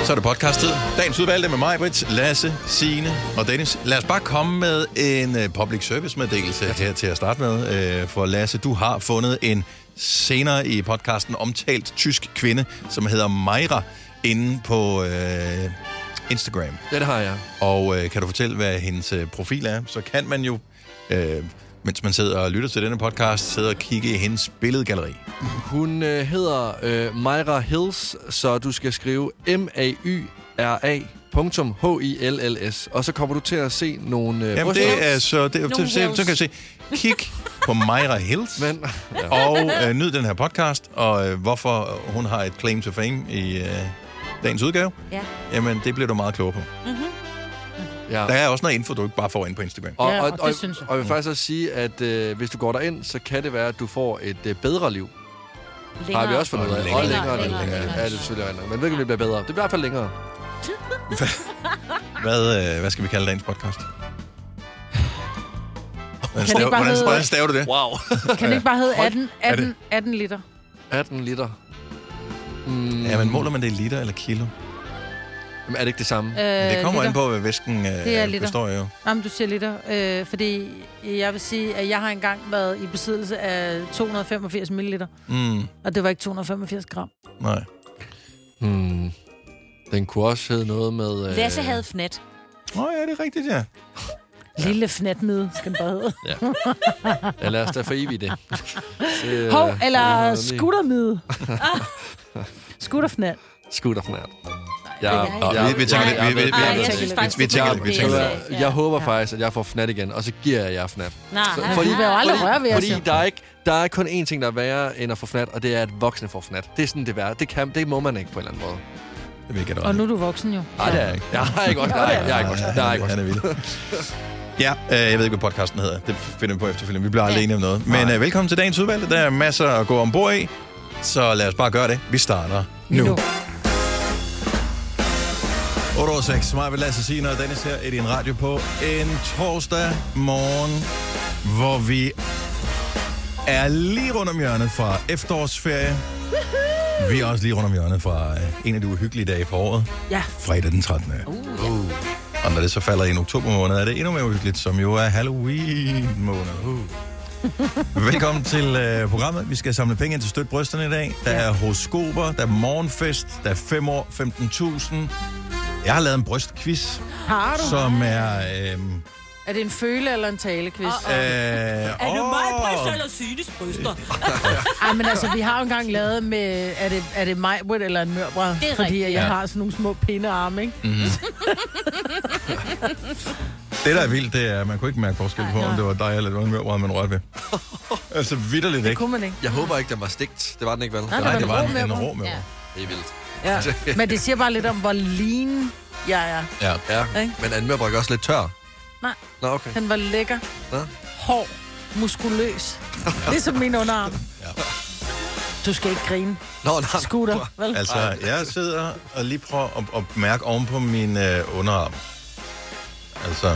Så er det podcast-tid. Dagens udvalgte med mig, Britt, Lasse, Signe og Dennis. Lad os bare komme med en public service-meddelelse her til at starte med. For Lasse, du har fundet en senere i podcasten omtalt tysk kvinde, som hedder Mayra, inde på Instagram. Ja, det har jeg. Og kan du fortælle, hvad hendes profil er? Så kan man jo, mens man sidder og lytter til denne podcast, sidde og kigge i hendes billedgalleri. Hun hedder Mayra Hills, så du skal skrive MAYRA.HILLS, og så kommer du til at se nogle Jamen det er så kan jeg se. Kig på Mayra Hills og nyd den her podcast, og hvorfor hun har et claim to fame i dagens udgave. Ja. Jamen det bliver du meget klogere på. Mm-hmm. Ja. Der er også noget info, du ikke bare får ind på Instagram. Og jeg vil faktisk også sige, at hvis du går derind, så kan det være, at du får et bedre liv. Længere. Har vi også fundet ud af. Længere. Ja, det er selvfølgelig rigtigt. Men ved ikke, om det bliver bedre. Det bliver i hvert fald længere. Hvad skal vi kalde dagens podcast? Hvordan staver du det? Wow. Kan det ikke bare hedde 18 liter? 18 liter. Ja, men måler man det i liter eller kilo? Jamen, er det ikke det samme? Det kommer ind på, hvad væsken består af jo. Jamen, du siger liter. Fordi jeg vil sige, at jeg har engang været i besiddelse af 285 milliliter. Og det var ikke 285 gram. Nej. Den kunne også hedde noget med... Lasse havde fnat. Ja, det er rigtigt, ja. Lille fnatmide, skal den bare hedde. Ja, lad os da for evigt det. Hov, eller skuttermide. Skutterfnat. Skutterfnat. Vi tænker lidt. Jeg håber faktisk, at jeg får fnat igen, og så giver jeg jer fnat. Du vil jo aldrig røre ved os. Fordi der er kun én ting, der er værre end at få fnat, og det er, at voksne får fnat. Det er sådan, det værre. Det må man ikke på en eller anden måde. Og nu er du voksen jo. Nej, det er jeg ikke. Jeg er ikke voksen. Han er vild. Ja, jeg ved ikke, hvad podcasten hedder. Det finder vi på efterfølgende. Vi bliver aldrig enige om noget. Men velkommen til dagens udvalgte. Der er masser at gå ombord i. Så lad os bare gøre det. Vi starter nu. 8:06. Mig vil Lasse Signe og Dennis her i din radio på en torsdag morgen, hvor vi er lige rundt om hjørnet fra efterårsferie. Vi er også lige rundt om hjørnet fra en af de uhyggelige dage på året. Ja. Fredag den 13. Og når det så falder i en oktober måned, er det endnu mere uhyggeligt, som jo er Halloween måned. Velkommen til programmet. Vi skal samle penge ind til Støt Brysterne i dag. Der er horoskoper, der er morgenfest, der er 5 år, 15.000. Jeg har lavet en brystquiz, som er... Er det en føle- eller en talequiz? Er det mig bryster eller Synes bryster? Ej, men altså, vi har jo engang lavet med... Er det mig eller en mørbræd? Fordi jeg har sådan nogle små pindearme, ikke? Mm-hmm. Det, der er vildt, det er, at man kunne ikke mærke forskel på, om det var dig eller det var en mørbræd, man rørte ved. Altså, vitterligt ikke. Det kunne man ikke. Jeg håber ikke, den var stegt. Det var den ikke, vel? Nej, det var en rå mørbræd. Det er vildt. Ja. Men det siger bare lidt om, hvor lean jeg er. Ja. Men en mørbræd er også lidt tør. Nej. Nå, okay. Den var lækker. Hård. Muskuløs. Ligesom min underarm. Ja. Du skal ikke grine. Nej. Scooter, vel? Altså, jeg sidder og lige prøver at mærke oven på min underarm. Altså...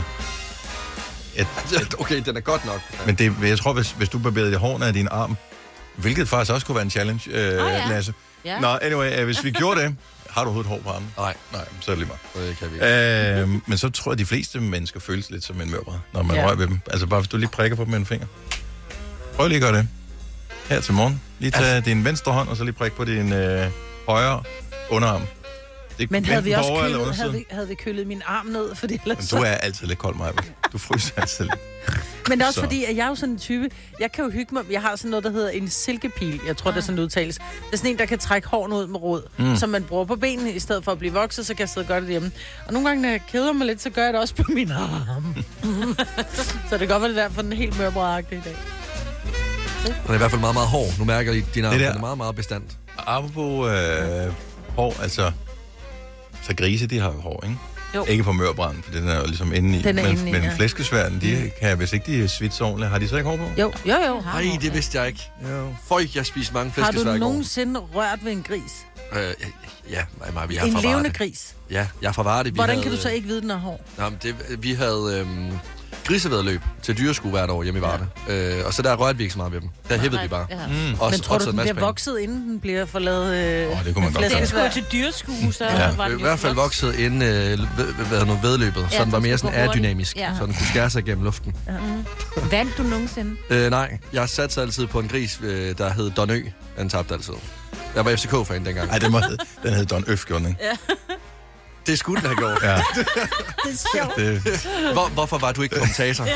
Okay, den er godt nok. Men det, jeg tror, hvis du barberede det hårene af din arm, hvilket faktisk også kunne være en challenge, Lasse. Ja. Nå, anyway, hvis vi gjorde det... Har du overhovedet hår på armen? Nej, så er det lige meget. Det kan vi ikke. Men så tror jeg, at de fleste mennesker føles lidt som en mørbræd, når man rører ved dem. Altså bare hvis du lige prikker på dem med en finger. Prøv lige at gøre det. Her til morgen. Lige tage din venstre hånd, og så lige prikke på din højre underarm. Men havde vi også kølet, havde vi kølet min arm ned? Fordi ellers men du er altid lidt kold, Maja. Du fryser altid lidt. Men det er også fordi, at jeg er jo sådan en type, jeg kan jo hygge mig, jeg har sådan noget, der hedder en silkepil, jeg tror, det er sådan udtales. Det er sådan en, der kan trække hårene ud med rod, som man bruger på benene, i stedet for at blive vokset, så kan jeg sidde og gøre det hjemme. Og nogle gange, når jeg keder mig lidt, så gør jeg det også på min arm. Så det kan godt være derfor, den er helt mørbrædagtig i dag. Den er i hvert fald meget, meget hård. Nu mærker jeg, din arm er meget, meget bestandt. Apropos hår, altså, så grise, de har jo hår, ikke? Jo. Ikke på mørbrænden, for den er jo ligesom inde i. Men flæskesværden, de kan, hvis ikke de er svitser ordentligt, har de så ikke hår på? Jo. Nej, det vidste jeg ikke. Føj, jeg spiser mange flæskesvær. Har du nogensinde rørt ved en gris? Ja, vi er en fra levende Varde. Gris? Ja, jeg er fra Varde. Hvordan kan du så ikke vide, den er hård? Vi havde grisevæddeløb til dyreskue hvert år hjemme i Varde. Og så der rørte vi ikke så meget ved dem. Der hæppede vi bare. Ja. Også, Men tror du, også den bliver vokset, inden den bliver forladet? Det kunne man godt Den skulle til dyreskue, så var den i hvert fald vokset inden vedløbet, så den var mere sådan aerodynamisk, så den kunne skære sig gennem luften. Vandt du nogensinde? Nej, jeg satte altid på en gris, der hed Don Ø. Den tabte altid. Jeg var FCK-fan dengang. Nej, den hed Don Øf, gjorde den, ikke? Ja. Det skulle den have gjort. Ja. Det er sjovt. Hvorfor var du ikke kommentator?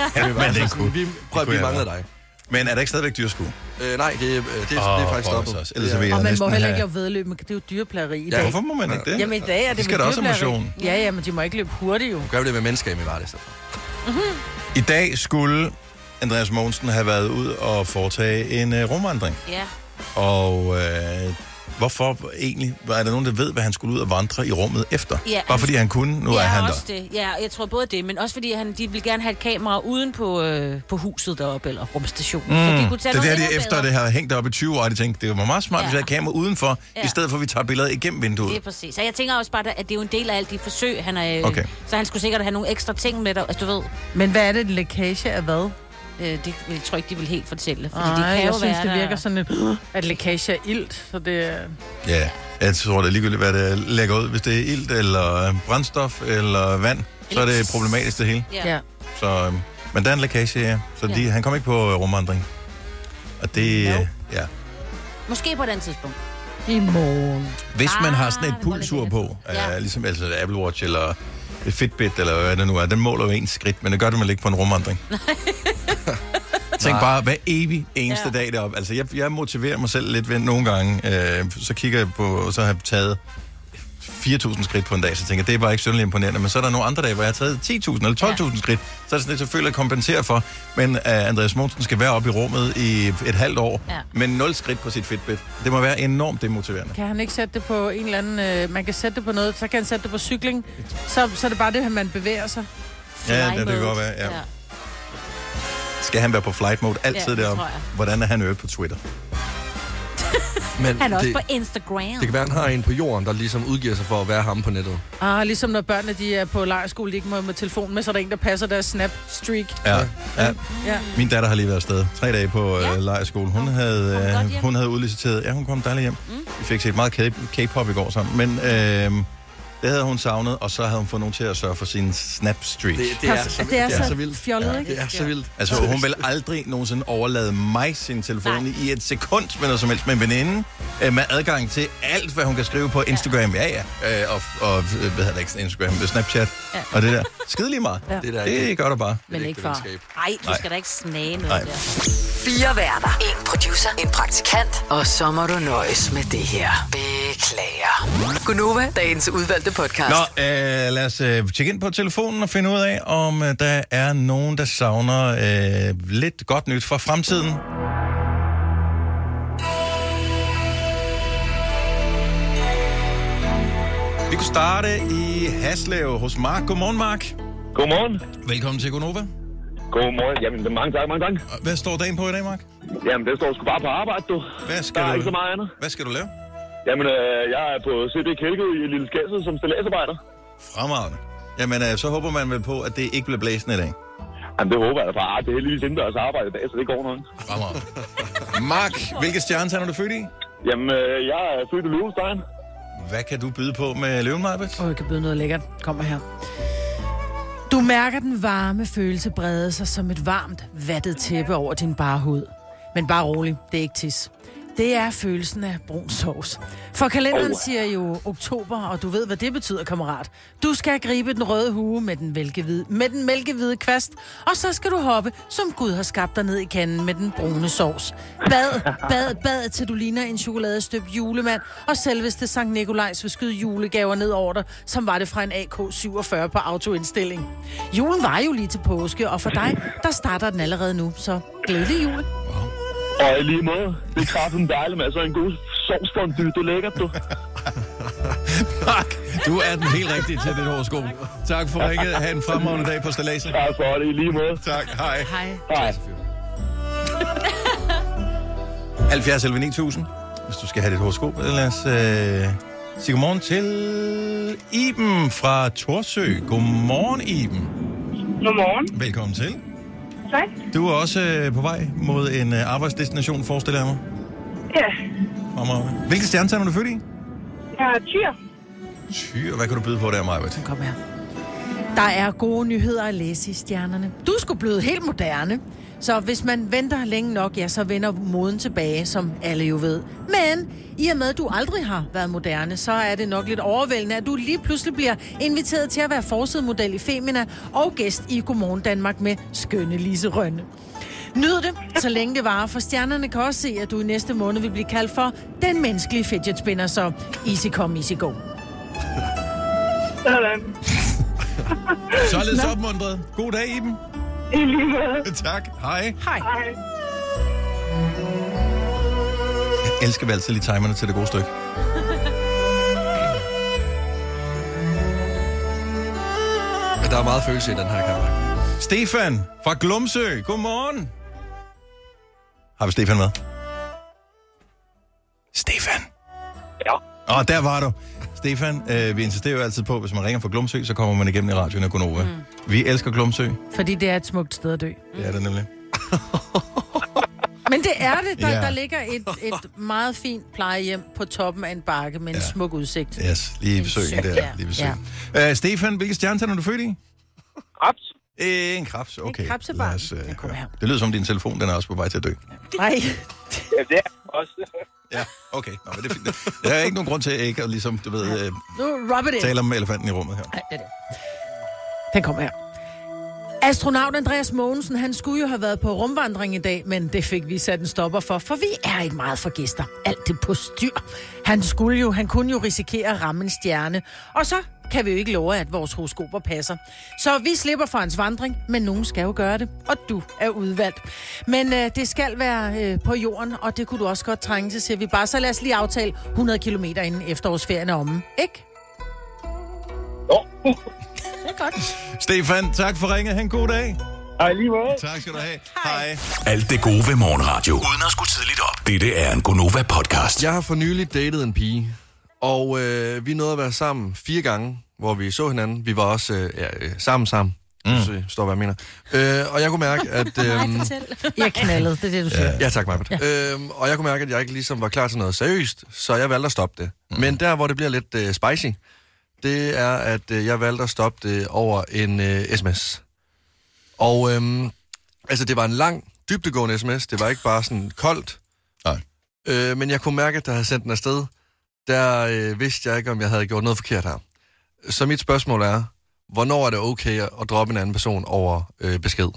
Vi manglede dig. Men er der ikke stadigvæk dyreskue? Nej, det er faktisk stoppet. Og man må heller ikke lave væddeløb, men det er jo dyreplageri i dag. Hvorfor må man ikke det? Jamen i dag er det skal med der også dyreplageri. motion. Ja, men de må ikke løbe hurtigt jo. Gør vi det med mennesker i Varde i stedet for. I dag skulle Andreas Mogensen have været ud og foretage en rumvandring. Ja. Og hvorfor egentlig? Er der nogen, der ved, hvad han skulle ud og vandre i rummet efter? Ja, bare fordi han kunne, nu er han der. Også det. Ja, jeg tror både det, men også fordi de vil gerne have et kamera uden på huset deroppe, eller rumstationen. Så de kunne tage det er noget det, efter det har hængt op i 20 år, og de tænkte, det var meget smart, hvis vi havde kamera udenfor, i stedet for at vi tager billeder igennem vinduet. Det er præcis. Så jeg tænker også bare, at det er jo en del af alle de forsøg, han er... Okay. Så han skulle sikkert have nogle ekstra ting med der, altså du ved. Men hvad er det, en lækage af hvad? Det jeg tror ikke, de vil helt fortælle. Fordi Ej, det kan jeg jo synes, være, det virker sådan lidt, at lækage er ilt, så det er... Ja, jeg tror, det er ligegyldigt, hvad det lægger ud. Hvis det er ilt, eller brændstof, eller vand, så er det problematisk det hele. Ja. Så, men der er en lækage, ja. Så han kom ikke på rumvandring. Og det... Ja. Måske på den tidspunkt. I morgen. Hvis man har sådan et det må pulsur lidt på, ja. ligesom altså Apple Watch eller Fitbit, eller hvad det nu er, den måler jo ens skridt, men det gør det man ikke på en rumvandring. Tænk bare, hver evig eneste dag deroppe. Altså, jeg motiverer mig selv lidt ved nogle gange, så kigger jeg på, og så har jeg taget 4.000 skridt på en dag, så tænker jeg, det er bare ikke synderligt imponerende. Men så er der nogle andre dage, hvor jeg har taget 10.000 eller 12.000 skridt, så er det sådan lidt selvfølgelig at kompensere for. Men Andreas Mogensen skal være oppe i rummet i et halvt år, med 0 skridt på sit Fitbit. Det må være enormt demotiverende. Kan han ikke sætte det på en eller anden... man kan sætte det på noget, så kan han sætte det på cykling. Så er det bare det, at man bevæger sig. Ja, det kan godt være, ja. Skal han være på flight mode altid deroppe? Hvordan er han øvet på Twitter? Men han er også på Instagram. Det kan være, han har en på jorden, der ligesom udgiver sig for at være ham på nettet. Ligesom når børnene de er på lejrskole, de ikke må med telefonen med, så er der en, der passer deres snap-streak. Ja. Ja. Min datter har lige været afsted 3 dage på lejrskole. Hun havde udliciteret. Ja, hun kom dejligt hjem. Vi fik set meget K-pop i går sammen. Men det havde hun savnet, og så havde hun fået nogen til at sørge for sin snap-streak. Det er så vildt fjollet, ikke? Det er så vildt. Altså, hun vil aldrig nogensinde overlade mig sin telefon i et sekund med noget som helst med en veninde, med adgang til alt, hvad hun kan skrive på Instagram. Og hvad hedder det ikke, Instagram, Snapchat, og det der. Skide lige meget. Det gør du bare. Men ikke far. Nej, du skal da ikke snage noget der. 4 værter, 1 producer, 1 praktikant, og så må du nøjes med det her. Beklager. Gunova, dagens udvalgte podcast. Nå, lad os tjekke ind på telefonen og finde ud af, om der er nogen, der savner lidt godt nyt fra fremtiden. Vi kunne starte i Haslev hos Mark. Godmorgen, Mark. Godmorgen. Velkommen til Gonova. Godmorgen. Jamen, mange tak. Hvad står dagen på i dag, Mark? Jamen, det står sgu bare på arbejde, du. Der er ikke så meget andet. Hvad skal du lave? Jamen, jeg er på CB Kælket i Lille Skæsset som stilladsarbejder. Fremragende. Jamen, så håber man vel på, at det ikke bliver blæsende i dag. Jamen, det håber jeg da bare. Det er heldigvis indendørs arbejde i dag, så det går nok. Fremragende. Mark, hvilke stjernetegn er du født i? Jamen, jeg er født i Løvestein. Hvad kan du byde på med løven, Marbet? Jeg kan byde noget lækkert. Kommer her. Du mærker den varme følelse brede sig som et varmt, vattet tæppe over din bare hud. Men bare rolig, det er ikke tis. Det er følelsen af brun sovs. For kalenderen siger jo oktober, og du ved, hvad det betyder, kammerat. Du skal gribe den røde hue med den mælkehvide kvast, og så skal du hoppe, som Gud har skabt dig ned i kanden med den brune sovs. Bad, til du ligner en chokoladestøbt julemand, og selveste Sankt Nikolajs vil skyde julegaver ned over dig, som var det fra en AK-47 på autoindstilling. Julen var jo lige til påske, og for dig, der starter den allerede nu, så glædelig jul. Og i lige måde, det er kraften dejligt med, så en god sovsfondue, det er lækkert, du. Mark, du er den helt rigtige til dit horoskop. Tak for ringet. Ha' en fremragende dag på Stilladset. Tak for det, i lige måde. Tak, hej. Hej. 70 11 9000, hvis du skal have dit horoskop. Lad os sige godmorgen til Iben fra Thorsø. Godmorgen, Iben. Godmorgen. Velkommen til. Tak. Du er også på vej mod en arbejdsdestination, forestiller jeg mig. Ja. Hvilke stjernetegn er du født i? Jeg er tyr. Tyr, hvad kan du byde på der, Majbert? Kom her. Der er gode nyheder at læse i stjernerne. Du skulle blive helt moderne. Så hvis man venter længe nok, ja, så vender moden tilbage, som alle jo ved. Men i og med, at du aldrig har været moderne, så er det nok lidt overvældende, at du lige pludselig bliver inviteret til at være forsidemodel i Femina og gæst i Godmorgen Danmark med skønne Lise Rønne. Nyd det, så længe det varer, for stjernerne kan også se, at du i næste måned vil blive kaldt for den menneskelige fidget spinner, så easy come, easy go. Sådan. Således opmuntret. God dag, Iben. I lige måde. Tak. Hej. Hej. Hej. Jeg elsker vel altid lige timerne til det gode stykke. Men der er meget følelse i den her kamp. Stefan fra Glumsø. Godmorgen. Har vi Stefan med? Stefan. Ja. Der var du. Stefan, vi insisterer jo altid på, hvis man ringer fra Glumsø, så kommer man igennem i radioen af Gonova. Vi elsker Glumsø. Fordi det er et smukt sted at dø. Det er det nemlig. Men det er det. Ja. Der ligger et meget fint plejehjem på toppen af en bakke med en smuk udsigt. Yes, lige ved søen der. Ja. Lige ved søen. Stefan, hvilke stjernetegn er du født i? Krebs. En krebs, okay. En krebsebarn. Lad os, Ja, kom her. det lyder som din telefon, den er også på vej til at dø. Nej. Ja, det er også. Ja, okay. Nå, men det er fint. Der er ikke nogen grund til at ikke, ligesom, du ved, Nu rub it in. tale om elefanten i rummet her. Nej, det er det. Den kommer her. Astronaut Andreas Mogensen, han skulle jo have været på rumvandring i dag, men det fik vi sat en stopper for vi er ikke meget for gæster. Alt det på styr. Han kunne jo risikere at ramme en stjerne. Og så kan vi jo ikke love, at vores horoskoper passer. Så vi slipper for hans vandring, men nogen skal jo gøre det, og du er udvalgt. Men det skal være på jorden, og det kunne du også godt trænge til, siger vi bare. Så lad os lige aftale 100 kilometer inden efterårsferien er omme, ikke? Jo. Det er godt. Stefan, tak for ringet. Ha' en god dag. Hej, lige måde. Tak skal du have. Hej. Alt det gode ved morgenradio. Uden at skulle tidligt op. Dette er en Gonova-podcast. Jeg har for nylig datet en pige, og vi nåede at være sammen 4 gange, hvor vi så hinanden. Vi var også sammen. Hvis I forstår, hvad jeg mener. Og jeg kunne mærke, at... Jeg knaldede, det er det, du siger. Ja, tak, Majbert. Ja. Og jeg kunne mærke, at jeg ikke ligesom var klar til noget seriøst, så jeg valgte at stoppe det. Men der, hvor det bliver lidt spicy, det er, at jeg valgte at stoppe det over en sms. Og altså, det var en lang, dybdegående sms. Det var ikke bare sådan koldt. Nej. Men jeg kunne mærke, at der havde sendt den afsted. Der vidste jeg ikke, om jeg havde gjort noget forkert her. Så mit spørgsmål er, hvornår er det okay at droppe en anden person over besked?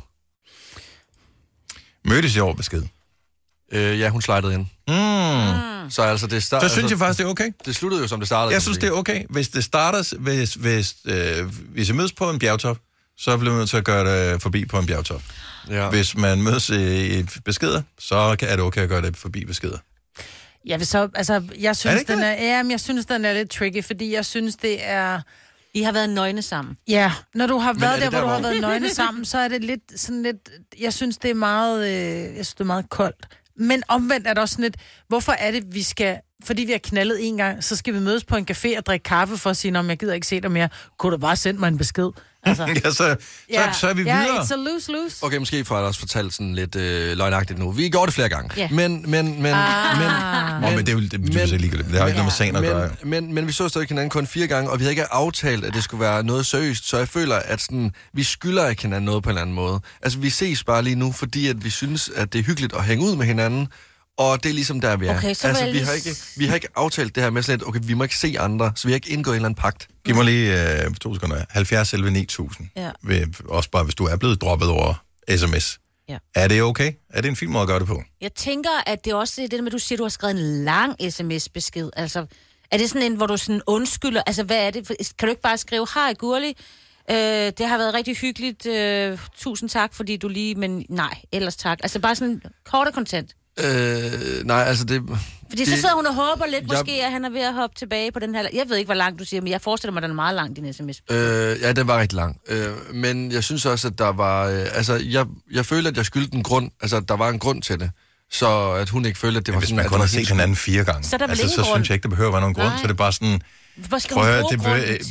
Mødtes jeg over besked? Ja, hun slidede ind. Så altså, det Så synes jeg faktisk, det er okay. Det sluttede jo, som det startede. Jeg synes, det er okay. Hvis det starter, hvis jeg mødes på en bjergtop, så bliver man nødt til at gøre det forbi på en bjergtop. Ja. Hvis man mødes i beskeder, så er det okay at gøre det forbi beskeder. Jeg vil så, altså, jeg synes, det jeg synes, den er lidt tricky, fordi jeg synes, det er... I har været nøgne sammen. Ja, når du har været er det der, hvor der, du har hvor- været nøgne sammen, så er det lidt sådan lidt... Jeg synes, det er meget, meget koldt. Men omvendt er det også sådan lidt... Hvorfor er det, vi skal... Fordi vi har knaldet en gang, så skal vi mødes på en café og drikke kaffe for at sige, om jeg gider ikke se dig mere. Kunne du bare sende mig en besked? Altså, Ja, så er vi ja, videre. it's a lose-lose. Okay, måske får jeg også fortalt sådan lidt løgnagtigt nu. Vi gjorde det flere gange. Ja. Men Men det er jo det er ligegyldigt. Det har jo ikke noget med sagen at gøre. Men vi så stadig hinanden kun 4 gange, og vi havde ikke aftalt, at det skulle være noget seriøst. Så jeg føler, at sådan, vi skylder ikke hinanden noget på en eller anden måde. Altså, vi ses bare lige nu, fordi at vi synes, at det er hyggeligt at hænge ud med hinanden. Og det er ligesom der, vi er. Okay, så altså, vil jeg vi har ikke aftalt det her med sådan lidt, okay, vi må ikke se andre, så vi har ikke indgået en eller anden pagt. Giv mig lige 2 sekunder. 70 11 9000. Ja. Også bare, hvis du er blevet droppet over sms. Ja. Er det okay? Er det en fin måde at gøre det på? Jeg tænker, at det også er det der med, at du siger, at du har skrevet en lang sms-besked. Altså, er det sådan en, hvor du sådan undskylder? Altså, hvad er det? Kan du ikke bare skrive, hej Gurli, det har været rigtig hyggeligt. Tusind tak, fordi du lige... Men nej, ellers tak. Altså, bare sådan kort og kontant. Nej, altså det... Fordi så sidder hun og håber lidt, måske, at han er ved at hoppe tilbage på den her... Jeg ved ikke, hvor langt du siger, men jeg forestiller mig, at den er meget lang, din sms. Ja, den var rigtig lang. Men jeg synes også, at der var... jeg følte, at jeg skyldte en grund. Altså, der var en grund til det. Så at hun ikke følte, at det var Hvis sådan... man at kun det har var set hendes hinanden 4 gange, Så er der vel altså, ingen så grund. synes jeg ikke, der behøver at være nogen grund. Nej. Så det er bare sådan... Hvor skal Prøv hun at høre, bruge grunden til?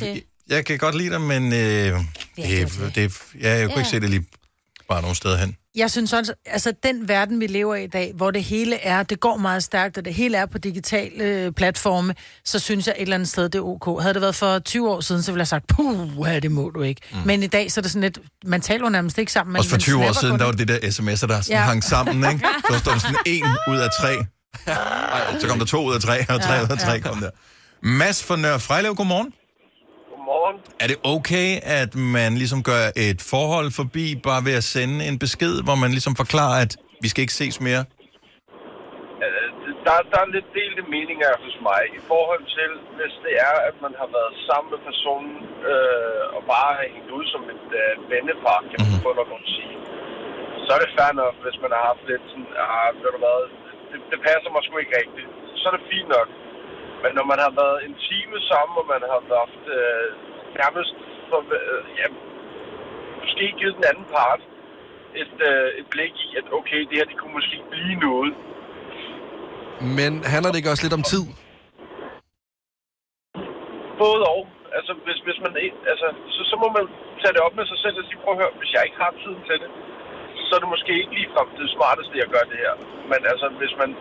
Jeg kan godt lide dig, men jeg kunne ikke se det lige bare nogen steder hen. Jeg synes også, altså den verden, vi lever i dag, hvor det hele er, det går meget stærkt, og det hele er på digitale platforme, så synes jeg et eller andet sted, det er ok. Havde det været for 20 år siden, så ville jeg have sagt, det må du ikke. Men i dag, så er det sådan lidt, man taler jo nærmest ikke sammen. Også for 20 år siden, der var det der sms'er, der sådan hang sammen, ikke? Så stod der sådan 1 ud af 3. Så kom der 2 ud af 3, og 3 ud af 3 kom der. Mads fra Nørre Frejlev, godmorgen. Godmorgen. Er det okay, at man ligesom gør et forhold forbi, bare ved at sende en besked, hvor man ligesom forklarer, at vi skal ikke ses mere? Der er lidt delte meninger hos mig i forhold til, hvis det er, at man har været sammen med personen og bare har hængt ud som et vennepar, kan man få noget at sige. Så er det fair nok, hvis man har haft lidt sådan, det passer mig sgu ikke rigtigt. Så er det fint nok. Men når man har været intime sammen, og man har haft nærmest måske givet den anden part et blik i, at okay, det her, det kunne måske blive noget. Men handler det ikke også lidt om tid? Både og. Altså, hvis man ikke, altså, så må man tage det op med sig selv og sige, prøv at høre, hvis jeg ikke har tiden til det, så er det måske ikke ligefrem det smarteste, jeg gør det her. Men altså, hvis man...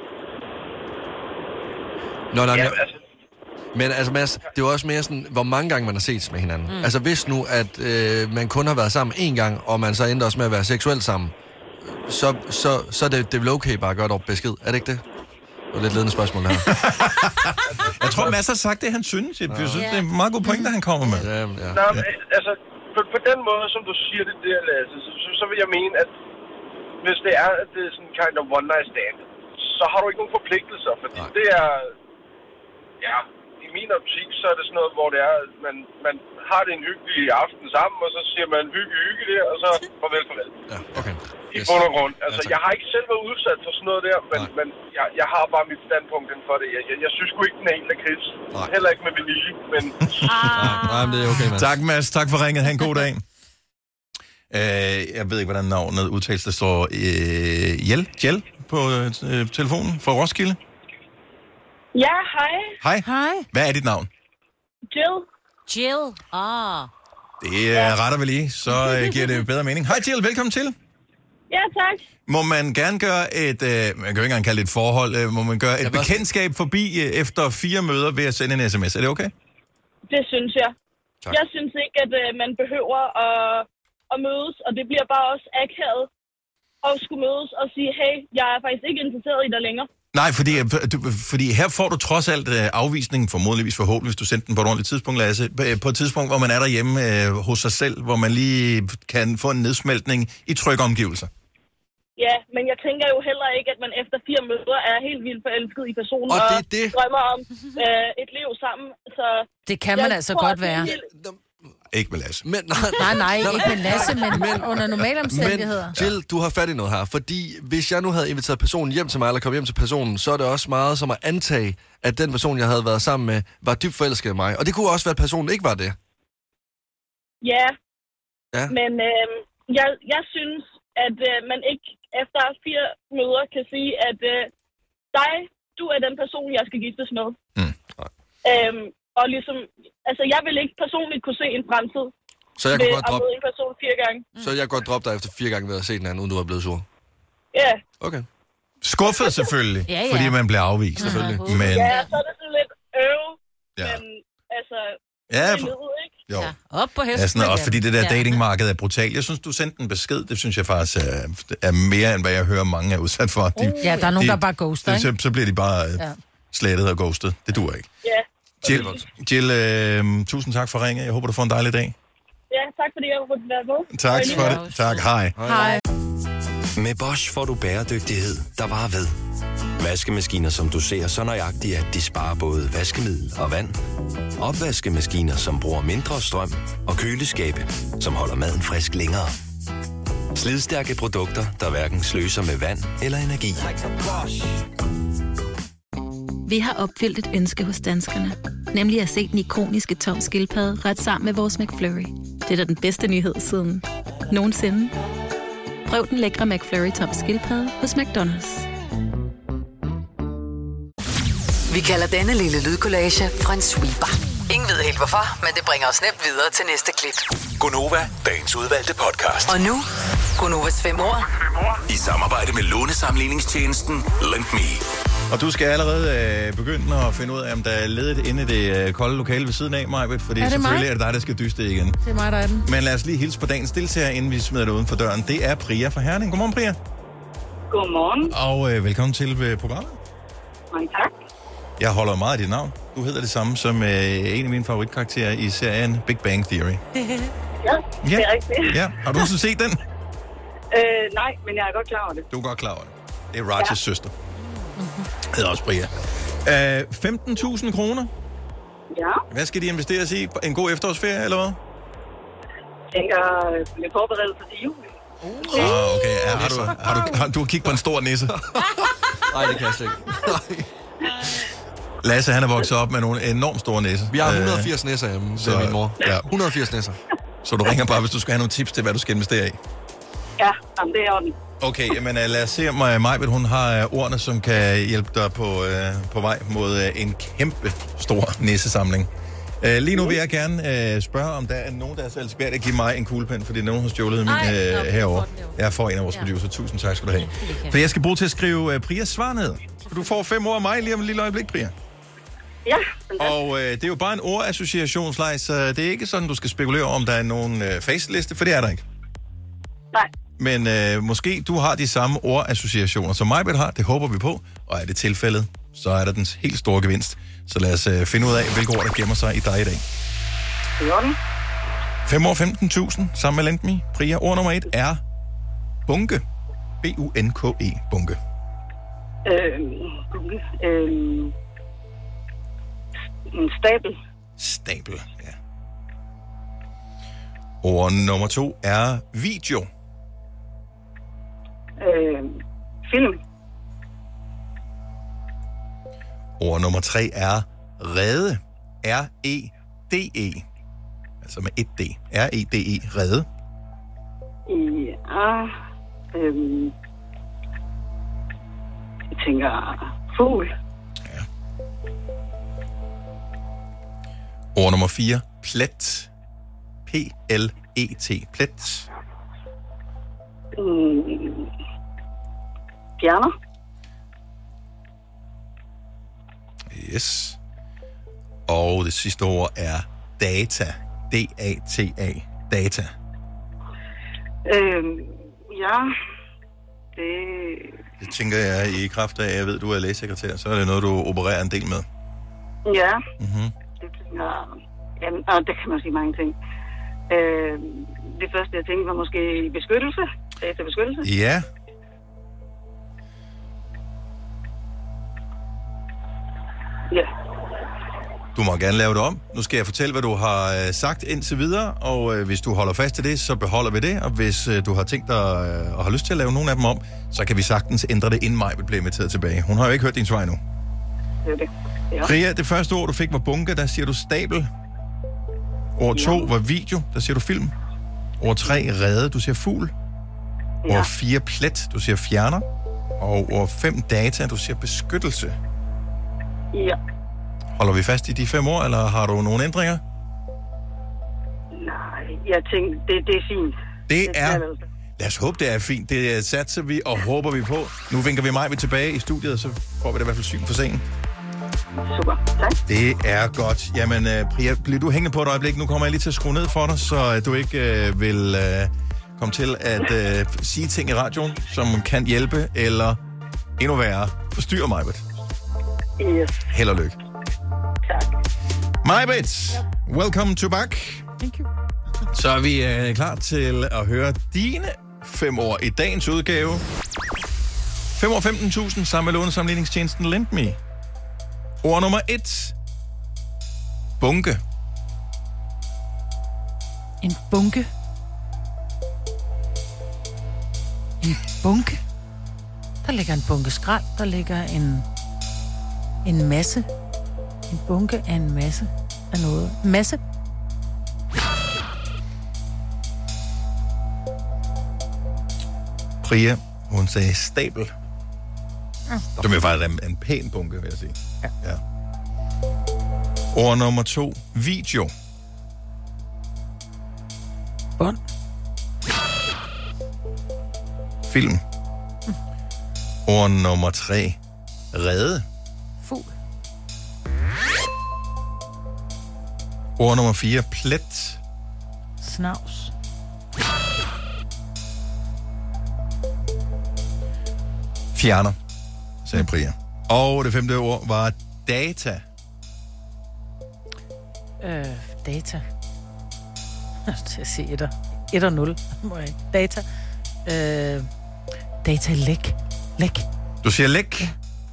Men altså, Mads, det er jo også mere sådan, hvor mange gange man har set med hinanden. Altså, hvis nu, at man kun har været sammen 1 gang, og man så ender også med at være seksuelt sammen, så er det vel okay bare at gøre det op besked. Er det ikke det? Det er lidt ledende spørgsmål, det her. Jeg tror, Mads har sagt det, han synes. Jeg synes, det er en meget god point, han kommer med. Altså, på den måde, som du siger det der, Lasse, så vil jeg mene, at hvis det er, at det er sådan kind of one night stand, så har du ikke nogen forpligtelser, fordi det er... Ja, i min optik, så er det sådan noget, hvor det er, at man har det en hyggelig aften sammen, og så siger man hygge der, og så farvel. Ja, okay. I bund og grund. Altså, jeg har ikke selv været udsat for sådan noget der, men jeg har bare mit standpunkt inden for det. Jeg synes sgu ikke, den er helt lakrids. Heller ikke med vanilje, men... Nej, men det er okay, Mads. Tak, Mads. Tak for ringet. Ha' en god dag. Jeg ved ikke, hvordan navnet udtales. Der står Jel på telefonen fra Roskilde. Ja, hej. Hej. Hvad er dit navn? Jill. Det retter vi lige, så giver det bedre mening. Hej Jill, velkommen til. Ja, tak. Må man gerne gøre et, man kan jo ikke engang kalde det et forhold, må man gøre et bekendtskab forbi efter 4 møder ved at sende en sms? Er det okay? Det synes jeg. Tak. Jeg synes ikke, at man behøver at mødes, og det bliver bare også akavet at skulle mødes og sige, hey, jeg er faktisk ikke interesseret i dig længere. Nej, fordi her får du trods alt afvisningen, forhåbentlig, hvis du sender den på et ordentligt tidspunkt, Lasse, på et tidspunkt, hvor man er derhjemme hos sig selv, hvor man lige kan få en nedsmeltning i trygge omgivelser. Ja, men jeg tænker jo heller ikke, at man efter 4 møder er helt vildt forelsket i personen og drømmer om et liv sammen. Så det kan man altså godt være. Ikke med Lasse. Nej, ikke med Lasse, men under normale omstændigheder. Men Jill, du har fat i noget her, fordi hvis jeg nu havde inviteret personen hjem til mig, eller kom hjem til personen, så er det også meget som at antage, at den person, jeg havde været sammen med, var dybt forelsket i mig. Og det kunne også være, at personen ikke var det. Ja. Men jeg synes, at man ikke efter 4 møder kan sige, at du er den person, jeg skal giftes med. Og ligesom, altså jeg vil ikke personligt kunne se en fremtid så jeg kunne godt droppe en person 4 gange. Så jeg kunne godt droppe dig efter 4 gange ved at se den anden, uden du var blevet sur? Ja. Okay. Skuffet selvfølgelig, fordi man bliver afvist. Selvfølgelig. Men... Ja, så er det sådan lidt men altså... Ja, ikke? Jo. Ja, op på hesten. Ja, sådan, også fordi det der datingmarked er brutalt. Jeg synes, du sendte en besked. Det synes jeg faktisk er mere, end hvad jeg hører mange er udsat for. Ja, der er nogen, der bare ghoster, ikke? Så bliver de bare slettet og ghostet. Det duer ikke. Ja. Jill, tusind tak for ringet. Jeg håber, du får en dejlig dag. Ja, tak fordi jeg måtte være med. Tak for det. Tak, hej. Med Bosch får du bæredygtighed, der varer ved. Vaskemaskiner, som du ser så nøjagtigt, at de sparer både vaskemiddel og vand. Opvaskemaskiner, som bruger mindre strøm. Og køleskabe, som holder maden frisk længere. Slidstærke produkter, der hverken sløser med vand eller energi. Vi har opfyldt et ønske hos danskerne. Nemlig at se den ikoniske Tom Skildpadde ret sammen med vores McFlurry. Det er da den bedste nyhed siden nogensinde. Prøv den lækre McFlurry Tom Skildpadde hos McDonald's. Vi kalder denne lille lydkollage en sweeper. Ingen ved helt hvorfor, men det bringer os nemt videre til næste klip. Gonova, dagens udvalgte podcast. Og nu, Gonovas 5 år. I samarbejde med lånesamligningstjenesten Lend Me. Og du skal allerede begynde at finde ud af, om der er ledigt inde i det kolde lokale ved siden af, Majbet, fordi selvfølgelig er det dig, der skal dyste igen. Det er mig, der er den. Men lad os lige hilse på dagens deltager, inden vi smider det uden for døren. Det er Priya fra Herning. Godmorgen, Priya. Godmorgen. Og velkommen til programmet. Mange tak. Jeg holder meget af dit navn. Du hedder det samme som en af mine favoritkarakterer i serien Big Bang Theory. Ja, det er rigtigt. Ja. Har du nogensinde set den? Nej, men jeg er godt klar over det. Du er godt klar over det. Det er Rajas søster. Hedder også Priya. 15.000 kroner. Ja. Hvad skal de investeres i? En god efterårsferie, eller hvad? Jeg tænker lidt forberedelse til jul. Okay. Har du kigget på en stor nisse? Nej, det kan jeg ikke. Lasse, han er vokset op med nogle enormt store næser. Vi har 180 næsser hjemme, så min mor. Ja. 180 næsser. Så du ringer bare, hvis du skal have nogle tips til, hvad du skal investere i. Ja, jamen, det er orden. Okay, men lad os se om Majbet, hun har ordene, som kan hjælpe dig på vej mod en kæmpe stor nissesamling. Lige nu vil jeg gerne spørge, om der er nogen, der er så elsebærd at give mig en kuglepen, fordi nogen har stjålet min herovre. Jeg får en af vores producer. Tusind tak skal du have. For jeg skal bruge til at skrive Prias svar ned. Du får 5 ord af mig lige om et lille øjeblik, Priya. Ja. Og det er jo bare en ordassociationsleg, så det er ikke sådan, du skal spekulere om der er nogen faceliste, for det er der ikke. Nej. Men måske du har de samme ordassociationer, som Majbet har. Det håber vi på. Og er det tilfældet, så er der den helt store gevinst. Så lad os finde ud af, hvilke ord, der gemmer sig i dig i dag. Det er orden. 5 år 15.000 sammen med Lend Me. Priya, ord nummer 1 er bunke. B-U-N-K-E. Bunke. En stabel. Stabel, ja. Ord nummer 2 er video. Film. Ord nummer 3 er rede. R-E-D-E. Altså med 1 D. R-E-D-E. Rede. Ja. Jeg tænker fugl. Ja. Ord nummer 4. Plet. P-L-E-T. Plet. Fjerner. Yes. Og det sidste ord er data. D-A-T-A. Data. Ja. Det tænker jeg i kraft af, at jeg ved, at du er lægesekretær, så er det noget, du opererer en del med. Ja. Mm-hmm. Det tænker... Jamen, og det kan man sige mange ting. Det første, jeg tænkte, var måske beskyttelse. Databeskyttelse. Ja. Ja. Du må gerne lave det om. Nu skal jeg fortælle, hvad du har sagt indtil videre, og hvis du holder fast til det, så beholder vi det, og hvis du har tænkt dig og har lyst til at lave nogle af dem om, så kan vi sagtens ændre det, inden Majbet bliver inviteret tilbage. Hun har jo ikke hørt din svar endnu. Det er det. Ja. Priya, det første ord, du fik, var bunke, der siger du stabel. Ord 2 var video, der siger du film. Ord 3, rede, du siger fugl. Ja. Ord 4, plet, du siger fjerner. Og ord 5, data, du siger beskyttelse. Ja. Holder vi fast i de 5 ord, eller har du nogle ændringer? Nej, jeg tænkte, det er fint. Det er... Lad os håbe, det er fint. Det satser vi og håber vi på. Nu vinker vi Majbet tilbage i studiet, så får vi da i hvert fald syn for sengen. Super, tak. Det er godt. Jamen, Priya, bliver du hængende på et øjeblik? Nu kommer jeg lige til at skrue ned for dig, så du ikke vil komme til at sige ting i radioen, som kan hjælpe, eller endnu værre, forstyrre Majbet. Yes. Held og lykke. Tak. Majbet, welcome to back. Thank you. Så er vi klar til at høre dine 5 ord i dagens udgave. 5 år 15.000 sammen med lånesamligningstjenesten Lend Me. Ord nummer 1. Bunke. En bunke. En bunke? Der ligger en bunke skrald. Der ligger en masse. En bunke af en masse af noget. Masse. Priya, hun sagde stabel. Det er faktisk en pæn bunke, vil jeg sige. Ja. Ord nummer 2. Video. Bånd. Film. Ord nummer 3. Rede. Fugl. Ord nummer 4. Plet. Snavs. Fjerner, sagde Priya. Og det 5. ord var data. Data. Jeg skal til at se 1 og 0. Data. Data-læk. Læk. Du siger læk?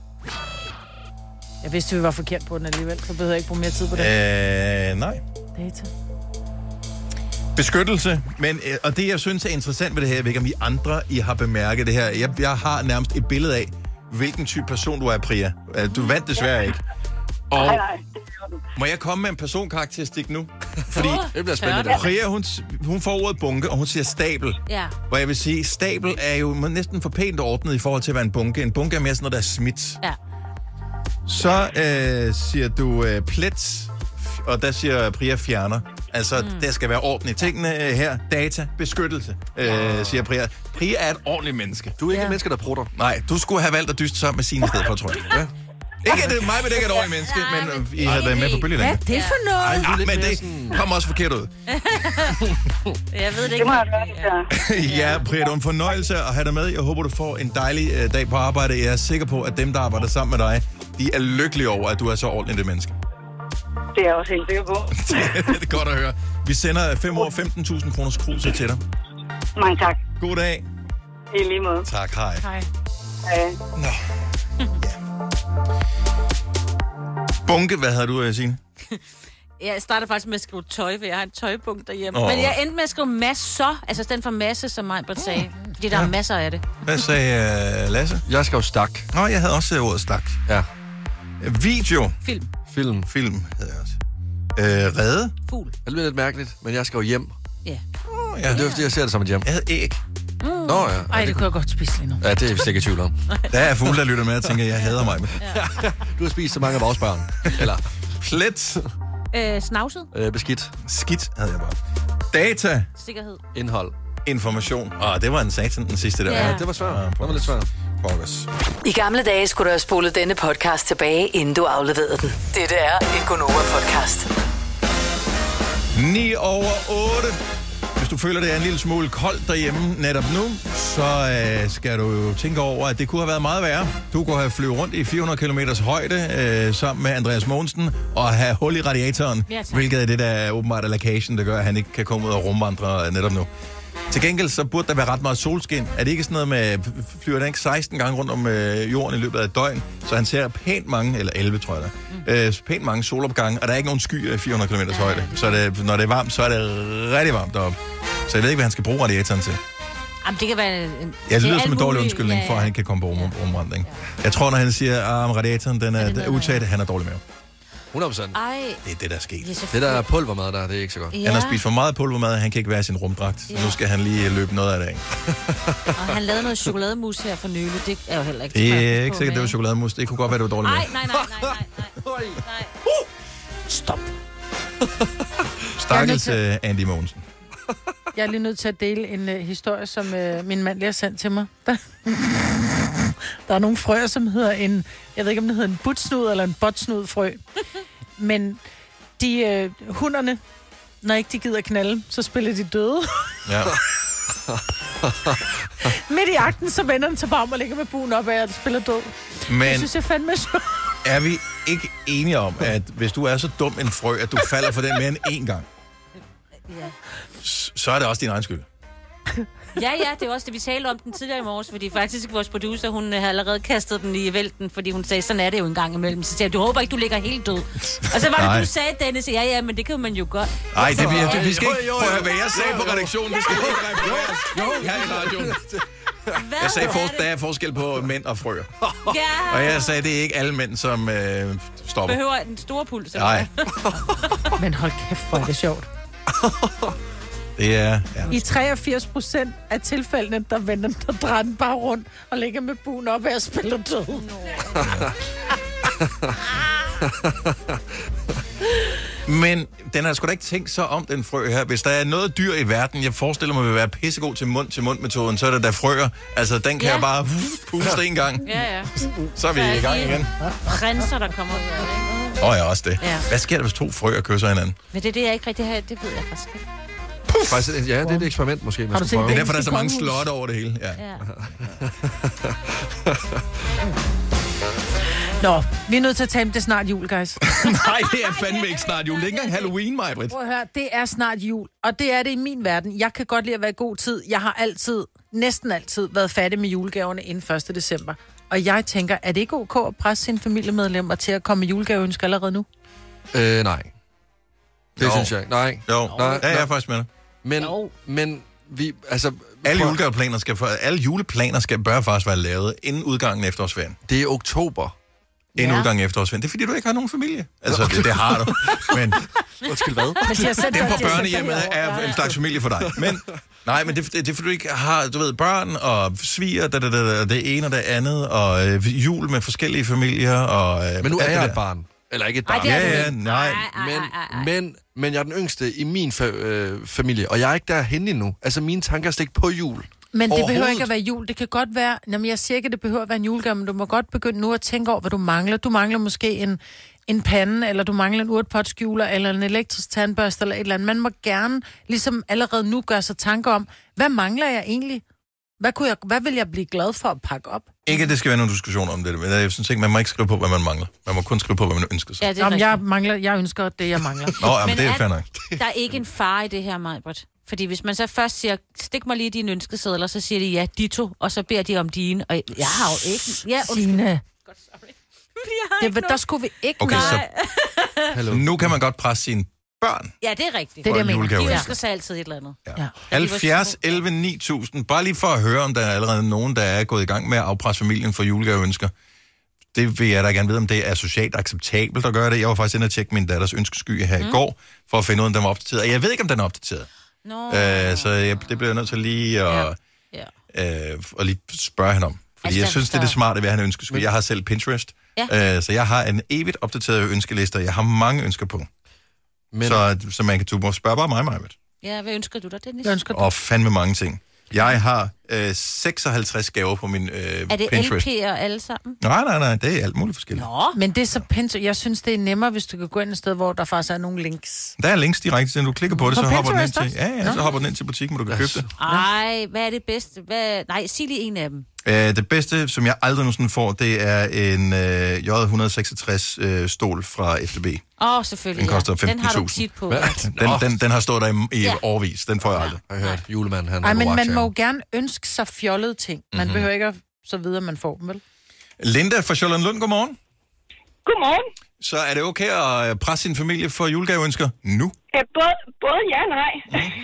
Jeg vidste, vi var forkert på den alligevel, så behøver jeg ikke bruge mere tid på det. Nej. Data. Beskyttelse, men, og det jeg synes er interessant ved det her, jeg ved ikke om I andre I har bemærket det her, jeg har nærmest et billede af, hvilken type person du er, Priya. Du vandt desværre ikke. Og Nej. må jeg komme med en personkarakteristik nu? Fordi Det bliver spændende. Priya, hun får ordet bunke, og hun siger stabel. Ja. Hvor jeg vil sige, stabel er jo næsten for pænt ordnet i forhold til at være en bunke. En bunke er mere sådan noget, der er smidt. Ja. Så siger du plet, og der siger Priya fjerner. Altså, der skal være orden i tingene her. Data, beskyttelse, siger Priya. Priya er et ordentligt menneske. Du er ikke et menneske, der prutter. Nej, du skulle have valgt at dyste sammen med Signe i stedet for, tror jeg. Ja. Ikke at det mig, men det ikke er et ordentligt menneske, men I havde været med på bølgen. Hvad er det for noget? Ja, men det kom også forkert ud. Jeg ved det Det ikke. må jeg gøre, det der. Ja, Priya, det var en fornøjelse at have dig med. Jeg håber, du får en dejlig dag på arbejde. Jeg er sikker på, at dem, der arbejder sammen med dig, de er lykkelige over, at du er så ordentligt et menneske. Det er jeg også helt sikker på. Det er godt at høre. Vi sender 5 år 15.000 kroners kruse til dig. Mange tak. God dag. I lige måde. Tak, hej. Hej. Nå. Bunke, hvad havde du, Signe? Jeg startede faktisk med at skrive tøj, for jeg har en tøjbunke derhjemme. Men jeg endte med at skrive masser, altså den for masse, som Majbert sagde. Fordi der er masser af det. Hvad sagde Lasse? Jeg skrev stak. Nå, jeg havde også ordet stak. Ja. Video. Film. Film. Film havde jeg også. Rede. Fugl. Det bliver lidt mærkeligt, men jeg skrev hjem. Ja. Ja. Det er fordi, jeg ser det som et hjem. Jeg havde æg. Nå ja. Ej, det kunne jeg godt spise lige nu. Ja, det er jeg ikke i tvivl om. Der er fugle, der lytter med og tænker, jeg hader mig. Du har spist så mange af vores børn. Eller Plet. Snavset. beskidt. Skidt havde jeg bare. Data. Sikkerhed. Indhold. Information. Det var en satan, den sidste der. Ja. Det var svært. Det var lidt svært. Pokkers. I gamle dage skulle du have spolet denne podcast tilbage, inden du afleverede den. Dette er en Gonova-podcast. 9 over 8. Hvis du føler, det er en lille smule koldt derhjemme netop nu, så skal du jo tænke over, at det kunne have været meget værre. Du kunne have flyvet rundt i 400 km højde sammen med Andreas Mogensen og have hul i radiatoren, hvilket er det, der åbenbart er lækagen, der gør, at han ikke kan komme ud og rumvandre netop nu. Til gengæld så burde der være ret meget solskin. Er det ikke sådan noget med, flyver den ikke 16 gange rundt om jorden i løbet af et døgn, så han ser pænt mange, eller 11 tror jeg da, pænt mange solopgange, og der er ikke nogen skyer i 400 km højde. Så når det er varmt, så er det rigtig varmt deroppe. Så jeg ved ikke, hvad han skal bruge radiatoren til. Jamen, det kan være... Ja, det lyder som en dårlig undskyldning for, at han ikke kan komme på rumvandring. Jeg tror, når han siger, at radiatoren den er udtaget, han er dårlig med. 100%. Ej. Det er det, der er sket. Det der pulvermad der, det er ikke så godt. Ja. Han har spist for meget pulvermad, han kan ikke være i sin rumdragt. Så nu skal han lige løbe noget af det af. Og han lavede noget chokolademus her for nylig. Det er jo heller ikke... Det er ikke sikkert, det var chokolademus. Det kunne godt være, det var dårligt med. Nej. Stop. Stakkels Andy Mogensen. Jeg er lige nødt til at dele en historie, som min mand lige har sendt til mig. Der er nogle frøer, som hedder en... Jeg ved ikke, om det hedder en butsnud eller en botsnudfrø. Men de hunderne, når ikke de gider knalde, så spiller de døde. Ja. Midt i akten, så vender den til bare om og ligger med buen op af, og spiller død. Men Det synes jeg fandme er sjovt. er vi ikke enige om, at hvis du er så dum en frø, at du falder for den mere end én gang, så er det også din egen skyld. Ja, det er også det, vi talte om den tidligere i morges, fordi faktisk vores producer, hun har allerede kastet den i vælten, fordi hun sagde, sådan er det jo en gang imellem. Så sagde jeg, du håber ikke, du ligger helt død. Og så var det, du sagde, Dennis, ja, men det kan man jo godt. Nej, vi skal ikke prøve at høre, hvad jeg sagde på redaktionen. Det skal ikke refereres. Her i radioen. Jeg sagde, der er forskel på mænd og frøer. Ja. Og jeg sagde, det er ikke alle mænd, som stopper. Behøver en stor puls. Nej. Men hold kæft, hvor er det sjovt. Det er... Ja. I 83% af tilfældene, der vender den og drejer den bare rundt og ligger med buen op af og spiller død. Men den har sgu da ikke tænkt sig om, den frø her. Hvis der er noget dyr i verden, jeg forestiller mig vil være pissegod til mund-til-mund-metoden, så er det der frøer. Altså, den kan jeg bare puste en gang. Ja. Så er vi i gang igen. Prinser, der kommer ud af det, ikke? Ja, også det. Ja. Hvad sker der, hvis 2 frøer kysser hinanden? Men det er det, jeg ikke rigtig har. Det ved jeg faktisk ikke. Faktisk, ja, det er et eksperiment måske. Har du set det er derfor, der er så mange slotte over det hele. Ja. Nå, vi er nødt til at tale det snart jul, guys. Nej, det er fandme ikke snart jul. Det er ikke engang Halloween, Maj-Brit. Prøv at høre, det er snart jul, og det er det i min verden. Jeg kan godt lide at være i god tid. Jeg har næsten altid, været fattig med julegaverne inden 1. december. Og jeg tænker, er det ikke ok at presse sine familiemedlemmer til at komme med julegaveønsker allerede nu? Nej. Det synes jeg ikke. Nej. Jo, nej, jeg er faktisk med dig. Men vi, altså... Alle juleplaner bør faktisk være lavet inden udgangen af efterårsferien. Det er oktober. Inden udgangen af efterårsferien. Det er fordi, du ikke har nogen familie. Altså, det har du. Men... Undskyld, hvad? Dem på børnehjemmet er en slags familie for dig. Men, men det er fordi, du ikke har, du ved, børn og sviger, det ene og det andet, og jul med forskellige familier. Og, men nu er jeg et barn. Eller ikke et barn. Nej. Men jeg er den yngste i min familie, og jeg er ikke derhenne endnu. Altså, mine tanker er ikke på jul. Men det behøver ikke at være jul. Det kan godt være... Jamen, jeg siger ikke, at det behøver at være en julegave, men du må godt begynde nu at tænke over, hvad du mangler. Du mangler måske en pande, eller du mangler en urtepotskjuler, eller en elektrisk tandbørste, eller et eller andet. Man må gerne ligesom allerede nu gøre sig tanker om, hvad mangler jeg egentlig? Hvad vil jeg blive glad for at pakke op? Ikke, at det skal være nogen diskussion om det, men jeg synes ikke, man må ikke skrive på, hvad man mangler. Man må kun skrive på, hvad man ønsker sig. Ja, jeg ønsker det, jeg mangler. Nå, men det er fair nok. Der er ikke en far i det her, Maj-Brit. Fordi hvis man så først siger, stik mig lige dine ønskesedler, så siger de ja, ditto, og så beder de om dine. Og jeg har jo ikke... Ja, Signe. Godt, sorry. Der skulle vi ikke... Okay, så nu kan man godt presse sine børn. Ja, det er rigtigt. Det er det, jeg mener. De ønsker sig altid et eller andet. Ja. 70, 11, 9000. Bare lige for at høre, om der er allerede nogen, der er gået i gang med at afpresse familien for julegaveønsker. Det vil jeg da gerne vide, om det er socialt acceptabelt at gøre det. Jeg var faktisk inde og tjekke min datters ønskesky her i går, for at finde ud af, om den var opdateret. Og jeg ved ikke, om den er opdateret. Så det bliver jeg nødt til lige at lige spørge hende om. Fordi jeg synes, det er det smarte ved at have en ønskesky. Jeg har selv Pinterest, så jeg har en evigt opdateret ønskeliste, og jeg har mange ønsker på. Så man kan spørge bare mig, Maj-Brit. Ja, hvad ønsker du dig, Dennis? Og fandme mange ting. Jeg har 56 gaver på min Pinterest. Er det LP'er alle sammen? Nej, det er alt muligt forskelligt. Nå, men det er så Pinterest. Jeg synes, det er nemmere, hvis du kan gå ind et sted, hvor der faktisk er nogle links. Der er links direkte, så du klikker på det, så hopper den ind til. Så hopper den ind til butikken, hvor du kan købe det. Ej, hvad er det bedste? Nej, sig lige en af dem. Det bedste, som jeg aldrig nogensinde får, det er en J166 stol fra FDB. Selvfølgelig. Den koster 15.000. Den har du tit på. Den har stået der i årvis. Den får jeg aldrig. Jeg har hørt julemanden, han men man må jo gerne ønske sig fjollede ting. Man behøver ikke at så videre, man får dem, vel? Linda fra Charlottenlund, godmorgen. Godmorgen. Så er det okay at presse sin familie for julegaveønsker nu? Både ja og nej.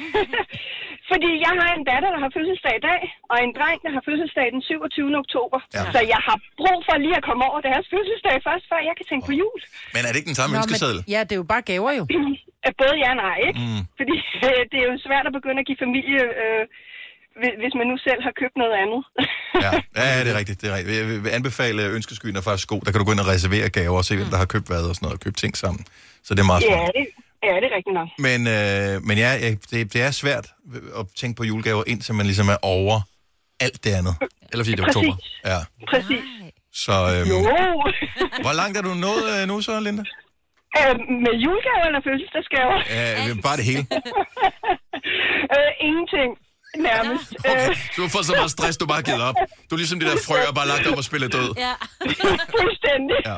Fordi jeg har en datter, der har fødselsdag i dag, og en dreng, der har fødselsdag den 27. oktober. Ja. Så jeg har brug for lige at komme over deres fødselsdag først, før jeg kan tænke på jul. Men er det ikke den samme ønskeseddel? Ja, det er jo bare gaver jo. Både ja og nej, ikke? Fordi det er jo svært at begynde at give familie, hvis man nu selv har købt noget andet. Ja, det er rigtigt. Jeg vil anbefale ønskeskyen er faktisk god. Der kan du gå ind og reservere gaver og se, hvem der har købt hvad og sådan noget, og købe ting sammen. Så det er meget smart. Ja, det er rigtigt nok. Men ja, det er svært at tænke på julegaver, indtil man ligesom er over alt det andet. Eller fordi det er oktober. Ja. Præcis. Så, hvor langt er du nået nu så, Linda? Med julegaver eller fødselsdagsgaver? Bare det hele. Ingenting. Nærmest. Okay. Du har fået så meget stress, du bare givet op. Du er ligesom de der frøer, bare lagt op og spille død. Ja. Fuldstændig. Ja.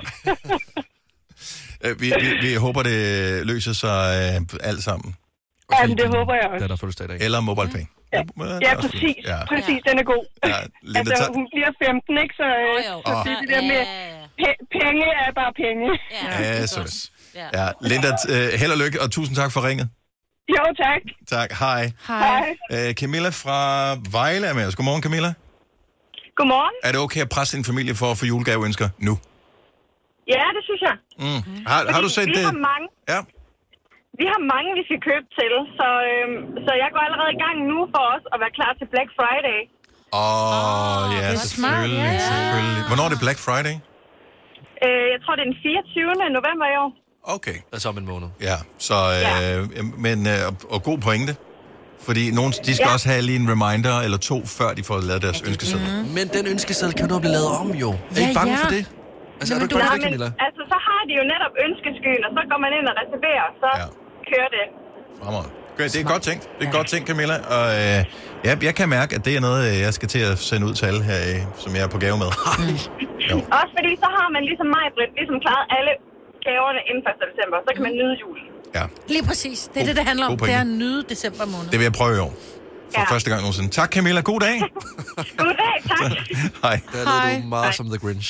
Vi håber, det løser sig alt sammen. Ja, det håber jeg også. Det er der fødselsdag i dag. Eller MobilePay. Ja, præcis. Ja. Præcis, den er god. Ja, Linda, altså, hun bliver 15, ikke? Så det der med penge er bare penge. Ja, så. Ja, Linda, held og lykke, og tusind tak for ringet. Jo, tak. Tak, hej. Camilla fra Vejle er med os. Godmorgen, Camilla. Godmorgen. Er det okay at presse din familie for at få julegaveønsker nu? Ja, det synes jeg. Har du set det? Vi har mange. Ja. Vi har mange, vi skal købe til, så jeg går allerede i gang nu for os at være klar til Black Friday. Ja, selvfølgelig. Hvornår er det Black Friday? Jeg tror, det er den 24. november i år. Okay. Altså om en måned. Ja, så, og god pointe. Fordi nogen, de skal også have lige en reminder eller 2, før de får lavet deres ønskeseddel. Men den ønskeseddel kan du blive lavet om, jo. Er I bange for det? Altså, er du ikke bange for det, Camilla? Altså, så har de jo netop ønskeskyen, og så går man ind og reserverer, så kører det. Fremad. Okay, det er godt tænkt. Det er godt tænkt, Camilla. Og jeg kan mærke, at det er noget, jeg skal til at sende ud til alle her, som jeg er på gave med. Også fordi så har man ligesom mig, Britt, ligesom klaret alle gaverne inden 1. december. Så kan man nyde julen. Ja. Lige præcis. Det er det handler om. Det er at nyde december måned. Det vil jeg prøve i år. For første gang nogensinde. Tak, Camilla. God dag. God dag, tak. Hej. Der lød du meget som The Grinch.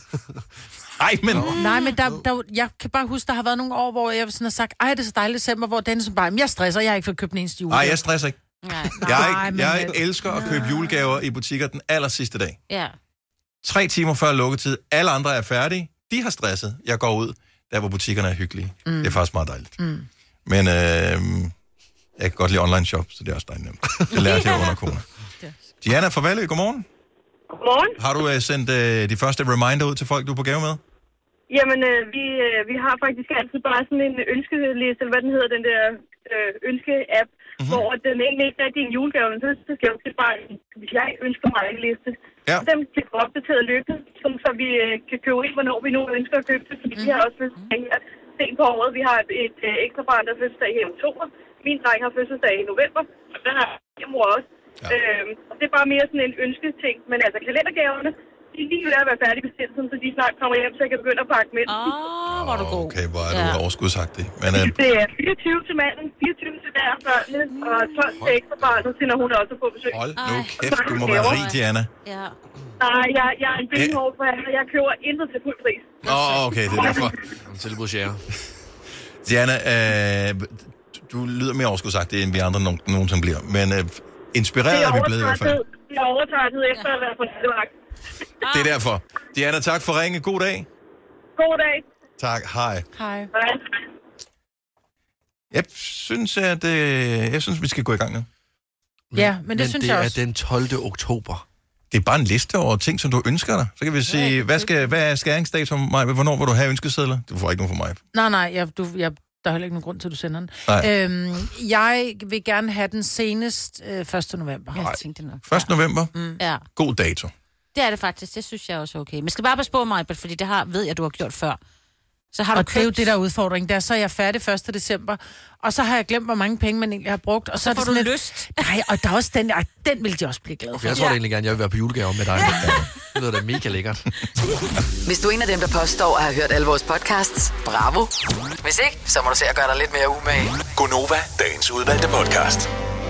Nej, men jeg kan bare huske, der har været nogle år, hvor jeg sådan har sagt, ej, det er så dejligt december, hvor Dennis bare, jeg stresser, jeg har ikke fået købt en eneste julegave. Nej, jeg stresser ikke. Jeg elsker at købe julegaver i butikker den aller sidste dag. Ja. 3 timer før lukketid. Alle andre er færdige. De har stresset. Jeg går ud, der hvor butikkerne er hyggelige. Det er faktisk meget dejligt. Men jeg kan godt lide online shop, så det er også dejligt nemt. Det lærte jeg under corona. Diana fra Valø, godmorgen. Godmorgen. Har du sendt de første reminder ud til folk, du er på gave med? Jamen, vi har faktisk altid bare sådan en ønskeliste, eller hvad den hedder, den der ønske-app, hvor den egentlig ikke er din julegave, men så skal jeg jo bare, hvis jeg ønsker mig en liste. Ja. Dem bliver opdateret løbende, så vi kan købe ind, hvornår vi nu ønsker at købe det, fordi vi har også fødselsdag her sent på året. Vi har et ekstra barn, der har fødselsdag her i oktober. Min dreng har fødselsdag i november, og den har min mor også. Ja. Og det er bare mere sådan en ønsketing, men altså kalendergaverne, de er lige ved at være færdigbestilt, så de snart kommer hjem, så jeg kan begynde at pakke med. Hvor er du god. Okay, hvor er du overskudsagtig. Men, det er 24 til manden, 24 til hver børnene, og 12 til ekstra barnet, så når hun også på besøg. Hold nu kæft, du må være rig, Diana. Ja. Nej, jeg er en benhård forhandler. Jeg køber intet til fuld pris. Okay, det er derfor. Tilbudsjære. Diana, du lyder mere overskudsagtig, end vi andre nogensinde bliver. Men inspireret er vi blevet i hvert fald. Jeg er overtaget efter at være på nattevagt. Det er derfor. Diana, tak for ringe. God dag. God dag. Tak. Hej. Hej. Jeg synes, vi skal gå i gang nu. Ja, men det synes jeg også. Det er den 12. oktober. Det er bare en liste over ting, som du ønsker dig. Så kan vi sige, hvad er skæringsdato for mig? Hvornår vil du have ønskesedler? Du får ikke nogen for mig. Nej, der er heller ikke nogen grund til, at du sender den. Jeg vil gerne have den senest 1. november. Jeg tænkte det nok. 1. november? Ja. God dato. Det er det faktisk. Det synes jeg også er okay. Men skal bare passe på mig, fordi det ved jeg, du har gjort før. Så har du det er jo det der udfordring. Der så er jeg færdig 1. december, og så har jeg glemt, hvor mange penge man egentlig har brugt. Og så får du lyst. Nej, og der er også den vil de også blive glade for. Okay, jeg tror egentlig gerne, jeg vil være på julegave med dig. Det lyder da mega lækkert. Hvis du er en af dem, der påstår at have hørt alle vores podcasts, bravo. Hvis ikke, så må du se at gøre dig lidt mere umage. Gonova, dagens udvalgte podcast.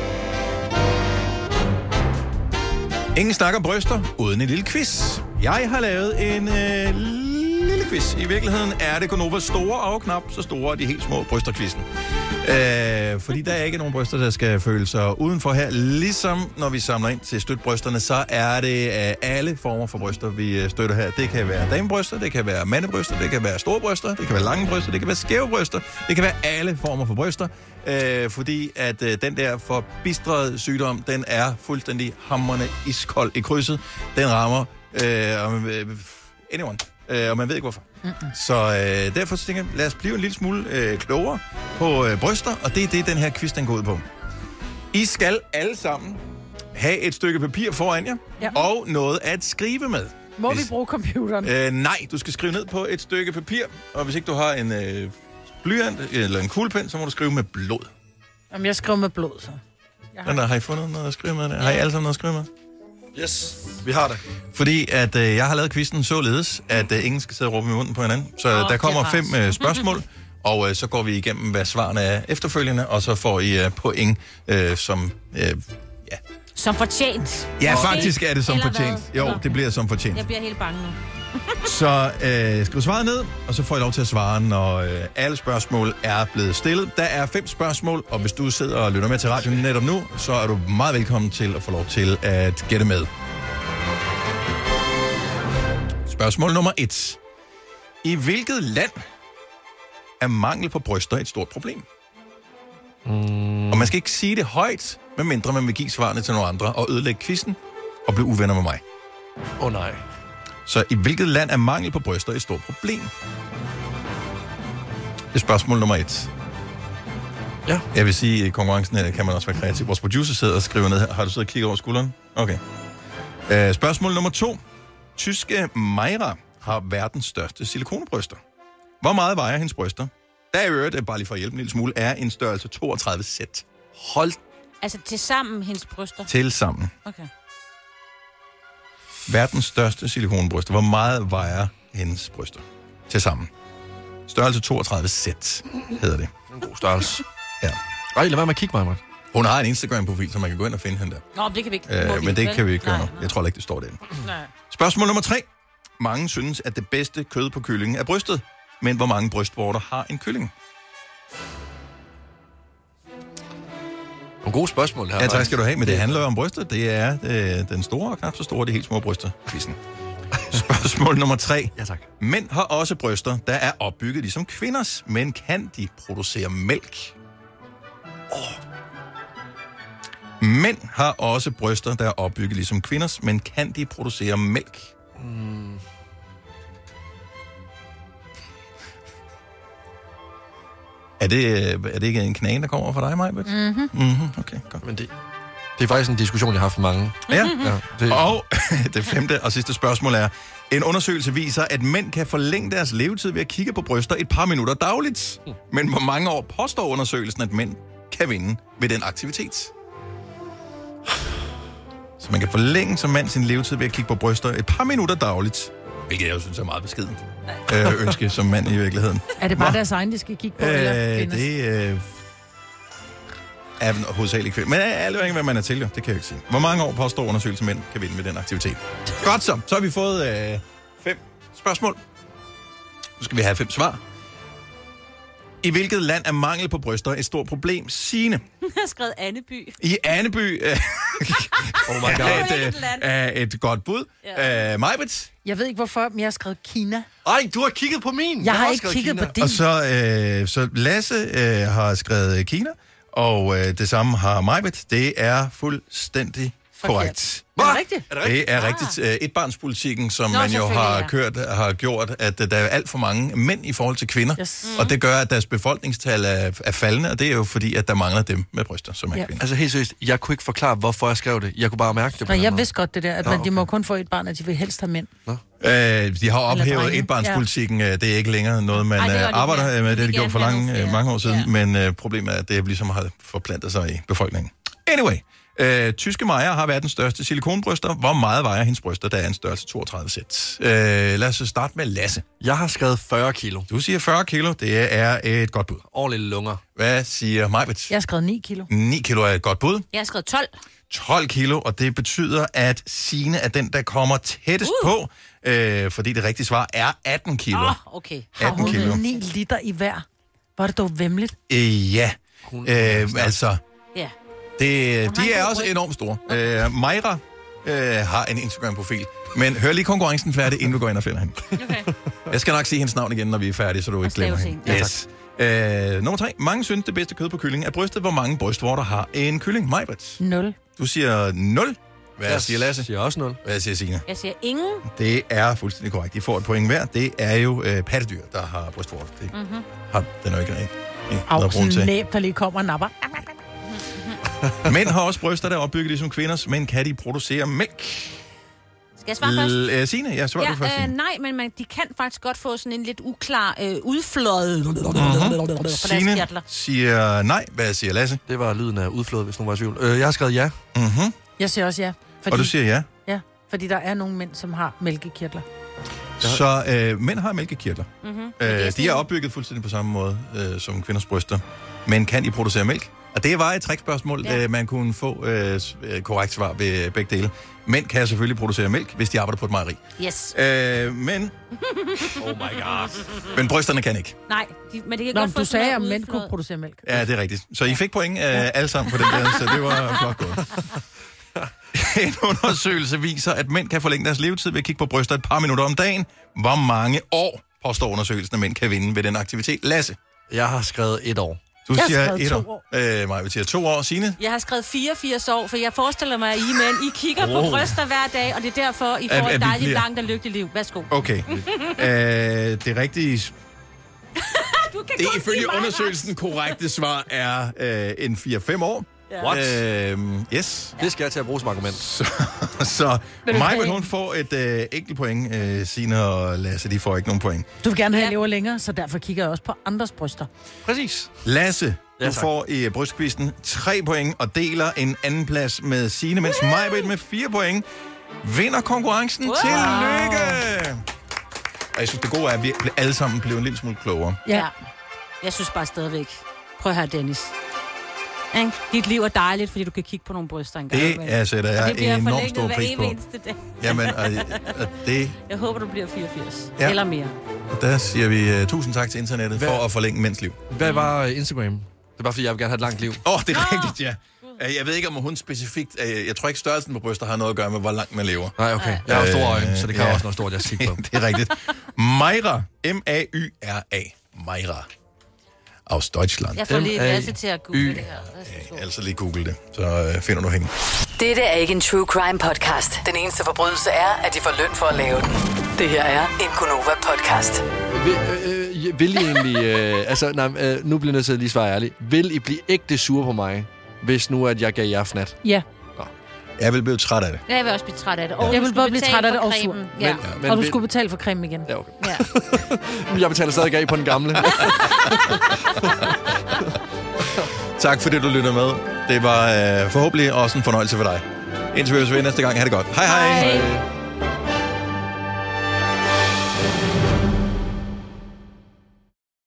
Ingen snakker bryster uden en lille quiz. Jeg har lavet en lille quiz. I virkeligheden er det Gonovas store og knap så store, de helt små brysterquizzen. Fordi der er ikke nogen bryster, der skal føle sig udenfor her. Ligesom når vi samler ind til støtbrysterne, så er det alle former for bryster, vi støtter her. Det kan være damebryster, det kan være mandebryster, det kan være store bryster, det kan være lange bryster, det kan være skæve bryster, det kan være alle former for bryster. Fordi at den der forbistrede sygdom, den er fuldstændig hamrende iskold i krydset. Den rammer anyone. Og man ved ikke hvorfor. Så derfor så tænker jeg, lad os blive en lille smule klogere på bryster, og det er det, den her quiz, den går ud på. I skal alle sammen have et stykke papir foran jer, og noget at skrive med. Må vi bruge computeren? Nej, du skal skrive ned på et stykke papir, og hvis ikke du har en blyant eller en kuglepen, så må du skrive med blod. Jamen, jeg skriver med blod, så. Har I fundet noget at skrive med der? Har I alle sammen noget at skrive med? Yes, vi har det. Fordi at jeg har lavet quizzen således, at ingen skal sidde og råbe i munden på hinanden. Så der kommer 5 spørgsmål, og så går vi igennem, hvad svarene er efterfølgende, og så får I point som... Som fortjent. Ja, faktisk er det som fortjent. Jo, det bliver som fortjent. Jeg bliver helt bange nu. Så skriv svaret ned, og så får I lov til at svare, når alle spørgsmål er blevet stillet. Der er 5 spørgsmål, og hvis du sidder og lytter med til radioen netop nu, så er du meget velkommen til at få lov til at gætte med. Spørgsmål nummer 1. I hvilket land er mangel på bryster et stort problem? Og man skal ikke sige det højt, medmindre man vil give svarene til nogle andre og ødelægge quizzen og blive uvenner med mig. Nej. Så i hvilket land er mangel på bryster et stort problem? Det er spørgsmål nummer 1. Ja. Jeg vil sige, at i konkurrencen her kan man også være kreativ. Vores producer sidder og skriver ned her. Har du siddet og kigget over skulderen? Okay. Spørgsmål nummer 2. Tyske Mayra har verdens største silikonebryster. Hvor meget vejer hendes bryster? Der er øvrigt, bare lige for at hjælpe en lille smule, er en størrelse 32 sæt. Hold. Altså til sammen hendes bryster? Til sammen. Okay. Verdens største silikonebryster. Hvor meget vejer hendes bryster? Til sammen. Størrelse 32 sæt hedder det. En god størrelse. Ja. Ej, lad være med at kigge mig. Hun har en Instagram-profil, så man kan gå ind og finde hende der. Nå, det kan vi ikke. Men det kan vi ikke gøre nu. Jeg tror ikke, det står derinde. Nej. Spørgsmål nummer 3. Mange synes, at det bedste kød på kyllingen er brystet. Men hvor mange brystvorter har en kylling? Nogle gode spørgsmål her. Ja, tak skal du have, men det handler jo om brystet. Det er den store og knap så store, de helt små bryster. Spørgsmål nummer 3. Ja, tak. Mænd har også bryster, der er opbygget ligesom kvinders, men kan de producere mælk? Mænd har også bryster, der er opbygget ligesom kvinders, men kan de producere mælk? Er det ikke en knagen, der kommer fra dig, Majbert? Okay, godt. Men det er faktisk en diskussion, jeg har haft for mange. Ja. Og det 5. og sidste spørgsmål er, en undersøgelse viser, at mænd kan forlænge deres levetid ved at kigge på bryster et par minutter dagligt. Men hvor mange år påstår undersøgelsen, at mænd kan vinde ved den aktivitet? Så man kan forlænge som mand sin levetid ved at kigge på bryster et par minutter dagligt. Hvilket jeg jo synes er meget beskedent ønske som mand i virkeligheden. Er det bare deres egen, de skal kigge på? Eller det er hovedsageligt kvinder. Men alt ikke, hvad man er til, jo. Det kan jeg ikke sige. Hvor mange år påstår undersøgelsen mænd kan vinde med den aktivitet? Godt så. Så har vi fået 5 spørgsmål. Nu skal vi have 5 svar. I hvilket land er mangel på bryster et stort problem? Signe. Jeg har skrevet Anneby. I Anneby oh my God. er et godt bud. Majbert. Jeg ved ikke hvorfor, men jeg har skrevet Kina. Ej, du har kigget på min. Jeg har ikke kigget Kina. på din. Og så Lasse har skrevet Kina, og det samme har Majbert. Det er fuldstændig korrekt. Er det rigtigt? Det er rigtigt. Etbarnspolitikken, som man jo har gjort, at der er alt for mange mænd i forhold til kvinder. Yes. Og det gør, at deres befolkningstal er faldende, og det er jo fordi, at der mangler dem med bryster, som er kvinder. Altså helt seriøst, jeg kunne ikke forklare, hvorfor jeg skrev det. Jeg kunne bare mærke det på jeg vidste godt det der, at de må kun få et barn, at de vil helst have mænd. De har ophævet etbarnspolitikken. Det er ikke længere noget, man arbejder med. Det har de gjort for mange år siden, men problemet er, at det ligesom har forplantet sig i befolkningen. Anyway. Tyske Maja har verdens største silikonbryster. Hvor meget vejer hendes bryster? Der er en størrelse 32 sæt. Lad os starte med Lasse. Jeg har skrevet 40 kilo. Du siger 40 kilo. Det er et godt bud. Ordentligt lunger. Hvad siger Majbert? Jeg har skrevet 9 kilo. 9 kilo er et godt bud. Jeg har skrevet 12. 12 kilo, og det betyder, at Signe er den, der kommer tættest på, fordi det rigtige svar er 18 kilo. Okay. Har hun 9 liter i hver? Var det dog væmmeligt? Ja. Altså... Ja. De er også enormt store. Mayra har en Instagram-profil, men hør lige konkurrencen færdig, inden du går ind og finder hende. Okay. Jeg skal nok sige hendes navn igen, når vi er færdige, så du ikke glemmer hende. Yes. Nummer 3. Mange synes, det bedste kød på kyllingen er brystet. Hvor mange brystvorter har en kylling? Majbert? 0. Du siger 0. Hvad siger Lasse? Jeg siger også 0. Hvad siger Signe? Jeg siger ingen. Det er fuldstændig korrekt. I får et point hver. Det er jo pattedyr, der har brystvorter. Det har den jo ikke rigtig. Sådan næb, der lige kommer og napper. Mænd har også bryster, der er opbygget ligesom kvinders, men kan de producere mælk? Skal jeg svare først? Signe, ja, svar du først. Nej, men de kan faktisk godt få sådan en lidt uklar udfløjet Signe siger nej. Hvad siger Lasse? Det var lyden af udfløjet, hvis nogen var i tvivl. Jeg har skrevet ja. Jeg siger også ja. Fordi, og du siger ja? Ja, fordi der er nogle mænd, som har mælkekirtler. Så mænd har mælkekirtler. De er opbygget fuldstændig på samme måde som kvinders bryster. Men kan de producere mælk? Og det var et trickspørgsmål. Man kunne få korrekt svar ved begge dele. Mænd kan selvfølgelig producere mælk, hvis de arbejder på et mejeri. Yes. Men... oh my god. Men brysterne kan ikke. Nej, men det kan godt få du sagde, at mænd kunne producere mælk. Ja, det er rigtigt. Så I fik point alle sammen på den der, så det var flot gået. En undersøgelse viser, at mænd kan forlænge deres levetid ved at kigge på bryster et par minutter om dagen. Hvor mange år påstår undersøgelsen, at mænd kan vinde ved den aktivitet? Lasse? Jeg har skrevet 1 år. Du Jeg har siger skrevet 1 2 år. Maja, vi siger 2 år. Signe? Jeg har skrevet 84 år, for jeg forestiller mig, at I kigger på bryster hver dag, og det er derfor, I får et dejligt, langt og lykkeligt liv. Værsgo. Okay. Det rigtige... Det ifølge undersøgelsen korrekte svar er en 4-5 år. What? Yes. Det skal jeg til at bruge som argument. Så Maja, hun får et enkelt point. Signe og Lasse, de får ikke nogen point. Du vil gerne have, at jeg lever længere, så derfor kigger jeg også på andres bryster. Præcis. Lasse, Ja, du får i brystkvisten 3 point og deler en anden plads med Signe, mens Maja med 4 point vinder konkurrencen. Wow. Tillykke! Og jeg synes, det gode er, at vi alle sammen blev en lille smule klogere. Ja. Jeg synes bare stadigvæk. Prøv her, Dennis. Dit liv er dejligt, fordi du kan kigge på nogle bryster engang. Det sætter jeg enormt stor pris på. Jamen, og det... Jeg håber, du bliver 84. Ja. Eller mere. Og der siger vi tusind tak til internettet for at forlænge mænds liv. Hvad var Instagram? Det er bare, fordi jeg vil gerne have et langt liv. Det er rigtigt, ja. Jeg ved ikke, om hun specifikt... Jeg tror ikke, størrelsen på bryster har noget at gøre med, hvor langt man lever. Nej, okay. Jeg har store øjne, så det kan også noget stort, jeg kigger på. Det er rigtigt. Mayra. M-A-Y-R-A. Mayra. Aus Deutschland. Jeg får lige Lasse til at google det her. Altså lige google det, så finder du hende. Dette er ikke en true crime podcast. Den eneste forbrydelse er, at de får løn for at lave den. Det her er en Gonova podcast. Vil I egentlig... nu bliver jeg nødt til at lige svare ærligt. Vil I blive ægte sure på mig, hvis nu, at jeg gav jer fnat? Ja. Jeg vil blive træt af det. Jeg vil også blive træt af det. Og jeg vil både blive træt af det og sur. Ja. Og du skulle betale for creme igen. Ja, okay. Ja. Jeg betaler stadig af på den gamle. Tak fordi du lytter med. Det var forhåbentlig også en fornøjelse for dig. Indtil vi ses næste gang. Ha' det godt. Hej hej. Hej.